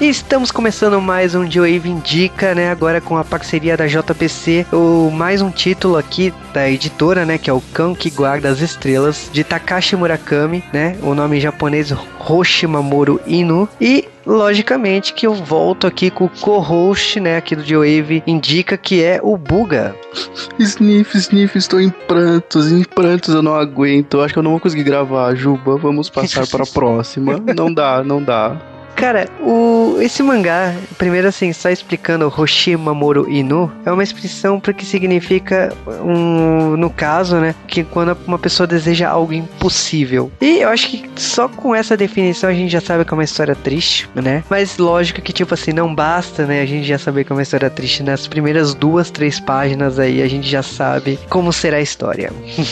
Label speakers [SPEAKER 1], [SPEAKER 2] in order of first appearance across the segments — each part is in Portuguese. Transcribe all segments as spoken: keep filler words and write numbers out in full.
[SPEAKER 1] estamos começando mais um J-Wave Indica, né? Agora com a parceria da J B C, o mais um título aqui da editora, né? Que é o Cão que Guarda as Estrelas, de Takashi Murakami, né? O nome em japonês Hoshimamoru Inu. E logicamente que eu volto aqui com o co-host, né, aqui do J-Wave Indica, que é o Buga.
[SPEAKER 2] Sniff, Sniff, estou em prantos, em prantos eu não aguento. Acho que eu não vou conseguir gravar, Juba. Vamos passar para a próxima. Não dá, não dá.
[SPEAKER 1] Cara, o, esse mangá, primeiro assim, só explicando, Hoshimamoru Inu, é uma expressão para que significa, um, no caso, né, que quando uma pessoa deseja algo impossível. E eu acho que só com essa definição a gente já sabe que é uma história triste, né? Mas lógico que, tipo assim, não basta, né, a gente já saber que é uma história triste. Nas primeiras duas, três páginas aí, a gente já sabe como será a história.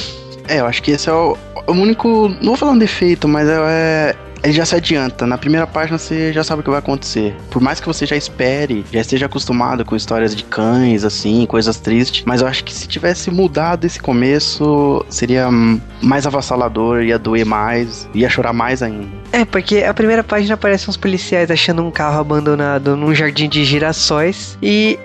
[SPEAKER 2] É, eu acho que esse é o, o único, não vou falar um defeito, mas é... ele já se adianta, na primeira página você já sabe o que vai acontecer. Por mais que você já espere, já esteja acostumado com histórias de cães, assim, coisas tristes, mas eu acho que se tivesse mudado esse começo, seria mais avassalador, ia doer mais, ia chorar mais ainda.
[SPEAKER 1] É, porque a primeira página aparece uns policiais achando um carro abandonado num jardim de girassóis, e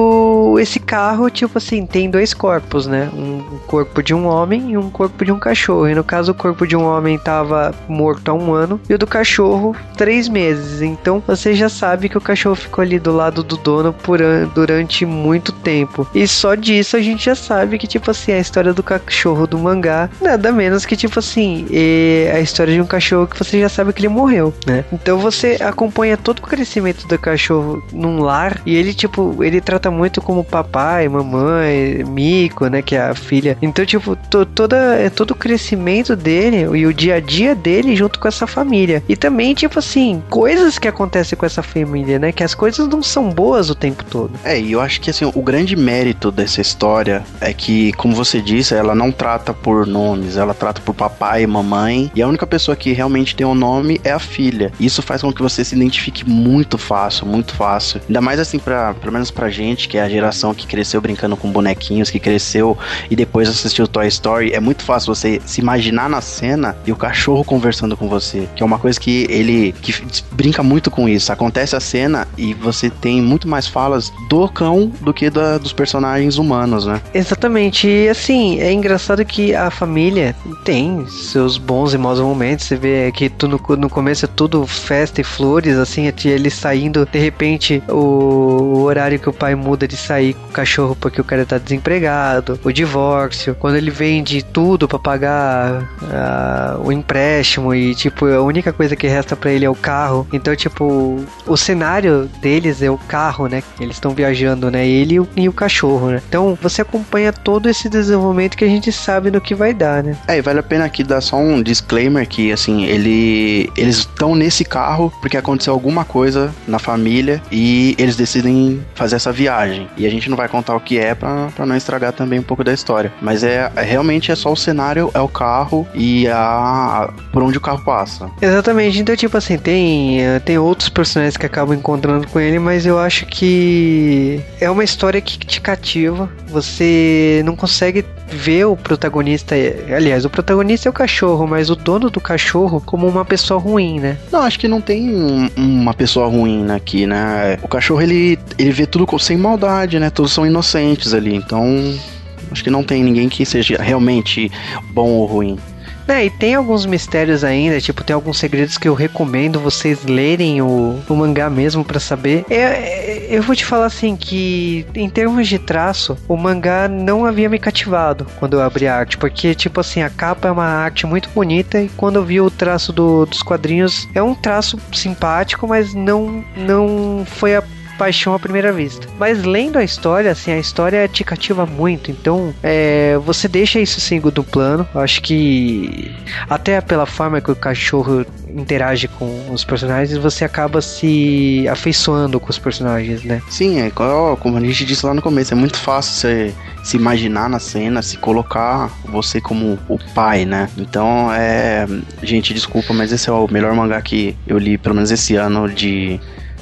[SPEAKER 1] o, esse carro, tipo assim, tem dois corpos, né? Um corpo de um homem e um corpo de um cachorro. E no caso, o corpo de um homem tava morto há um ano e o do cachorro, três meses. Então, você já sabe que o cachorro ficou ali do lado do dono por an- durante muito tempo. E só disso a gente já sabe que, tipo assim, a história do cachorro do mangá, nada menos que, tipo assim, é a história de um cachorro que você já sabe que ele morreu, né? Então, você acompanha todo o crescimento do cachorro num lar e ele, tipo, ele trata muito como papai, mamãe, Miko, né, que é a filha. Então, tipo, to- toda, todo o crescimento dele e o dia a dia dele junto com essa família. E também, tipo assim, coisas que acontecem com essa família, né, que as coisas não são boas o tempo todo.
[SPEAKER 2] É, e eu acho que, assim, o grande mérito dessa história é que, como você disse, ela não trata por nomes, ela trata por papai e mamãe, e a única pessoa que realmente tem um nome é a filha. Isso faz com que você se identifique muito fácil, muito fácil. Ainda mais, assim, pra, pelo menos pra gente, que é a geração que cresceu brincando com bonequinhos, que cresceu e depois assistiu Toy Story, é muito fácil você se imaginar na cena e o cachorro conversando com você, que é uma coisa que ele que brinca muito com isso. Acontece a cena e você tem muito mais falas do cão do que da, dos personagens humanos, né?
[SPEAKER 1] Exatamente, e assim, é engraçado que a família tem seus bons e maus momentos. Você vê que tudo, no começo é tudo festa e flores, assim, ele saindo, de repente o, o horário que o pai muda de sair com o cachorro porque o cara tá desempregado, o divórcio, quando ele vende tudo pra pagar uh, o empréstimo e, tipo, a única coisa que resta pra ele é o carro. Então, tipo, o cenário deles é o carro, né? Eles estão viajando, né? Ele e o, e o cachorro, né? Então, você acompanha todo esse desenvolvimento que a gente sabe no que vai dar, né?
[SPEAKER 2] É, e vale a pena aqui dar só um disclaimer que, assim, ele, eles estão nesse carro porque aconteceu alguma coisa na família e eles decidem fazer essa viagem. E a gente não vai contar o que é pra, pra não estragar também um pouco da história. Mas é, é realmente é só o cenário, é o carro e a, por onde o carro passa.
[SPEAKER 1] Exatamente. Então, tipo assim, tem, tem outros personagens que acabam encontrando com ele, mas eu acho que é uma história que te cativa. Você não consegue ver o protagonista, aliás, o protagonista é o cachorro, mas o dono do cachorro como uma pessoa ruim, né?
[SPEAKER 2] Não, acho que não tem um, uma pessoa ruim aqui, né? O cachorro, ele, ele vê tudo sem maldade, né? Todos são inocentes ali, então acho que não tem ninguém que seja realmente bom ou ruim.
[SPEAKER 1] É, e tem alguns mistérios ainda, tipo, tem alguns segredos que eu recomendo vocês lerem o, o mangá mesmo pra saber. Eu, eu vou te falar assim, que em termos de traço, o mangá não havia me cativado quando eu abri a arte, porque, tipo assim, a capa é uma arte muito bonita e quando eu vi o traço do, dos quadrinhos, é um traço simpático, mas não, não foi a paixão à primeira vista. Mas lendo a história, assim, a história te cativa muito. Então, é, você deixa isso em segundo plano. Eu acho que até pela forma que o cachorro interage com os personagens, você acaba se afeiçoando com os personagens, né?
[SPEAKER 2] Sim, é como a gente disse lá no começo, é muito fácil você se imaginar na cena, se colocar você como o pai, né? Então, é... gente, desculpa, mas esse é o melhor mangá que eu li, pelo menos esse ano, de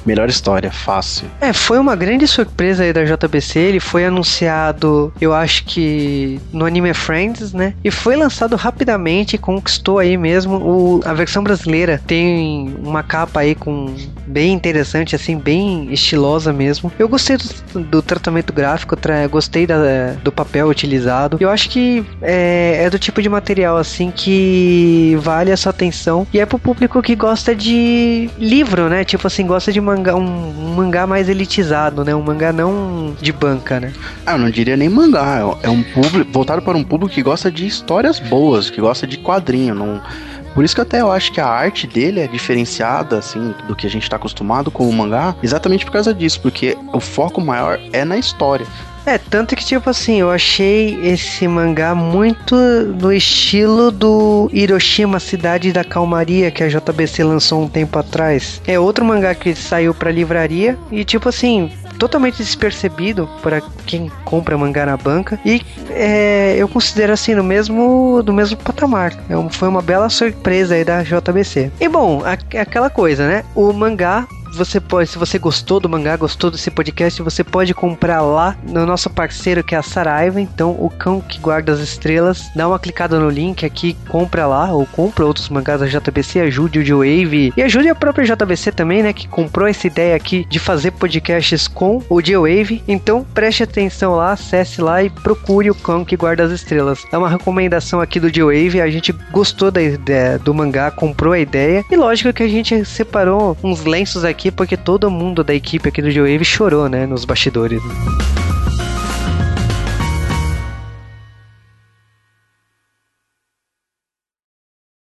[SPEAKER 2] Melhor história, fácil.
[SPEAKER 1] É, foi uma grande surpresa aí da J B C. Ele foi anunciado, eu acho que no Anime Friends, né? E foi lançado rapidamente, conquistou aí mesmo. O, a versão brasileira tem uma capa aí com bem interessante, assim, bem estilosa mesmo. Eu gostei do, do tratamento gráfico, tra, gostei da, do papel utilizado. Eu acho que é, é do tipo de material, assim, que vale a sua atenção. E é pro público que gosta de livro, né? Tipo assim, gosta de mangá, um, um mangá mais elitizado, né? Um mangá não de banca, né?
[SPEAKER 2] Ah, eu não diria nem mangá. É um público voltado para um público que gosta de histórias boas, que gosta de quadrinho. Não... Por isso que até eu acho que a arte dele é diferenciada, assim, do que a gente tá acostumado com o mangá, exatamente por causa disso, porque o foco maior é na história.
[SPEAKER 1] É, tanto que, tipo assim, eu achei esse mangá muito no estilo do Hiroshima, Cidade da Calmaria, que a J B C lançou um tempo atrás. É outro mangá que saiu pra livraria e, tipo assim, totalmente despercebido para quem compra mangá na banca. E é, eu considero, assim, no mesmo, do mesmo patamar. É um, foi uma bela surpresa aí da J B C. E, bom, a, aquela coisa, né? O mangá... Você pode, se você gostou do mangá, gostou desse podcast, você pode comprar lá no nosso parceiro que é a Saraiva. Então, o Cão que Guarda as Estrelas. Dá uma clicada no link aqui, compra lá, ou compra outros mangás da J B C, ajude o J-Wave e ajude a própria J B C também, né, que comprou essa ideia aqui de fazer podcasts com o J-Wave. Então, preste atenção lá, acesse lá e procure o Cão que Guarda as Estrelas. É uma recomendação aqui do J-Wave, a gente gostou da ideia do mangá, comprou a ideia e lógico que a gente separou uns lenços aqui porque todo mundo da equipe aqui do J-Wave chorou, né, nos bastidores.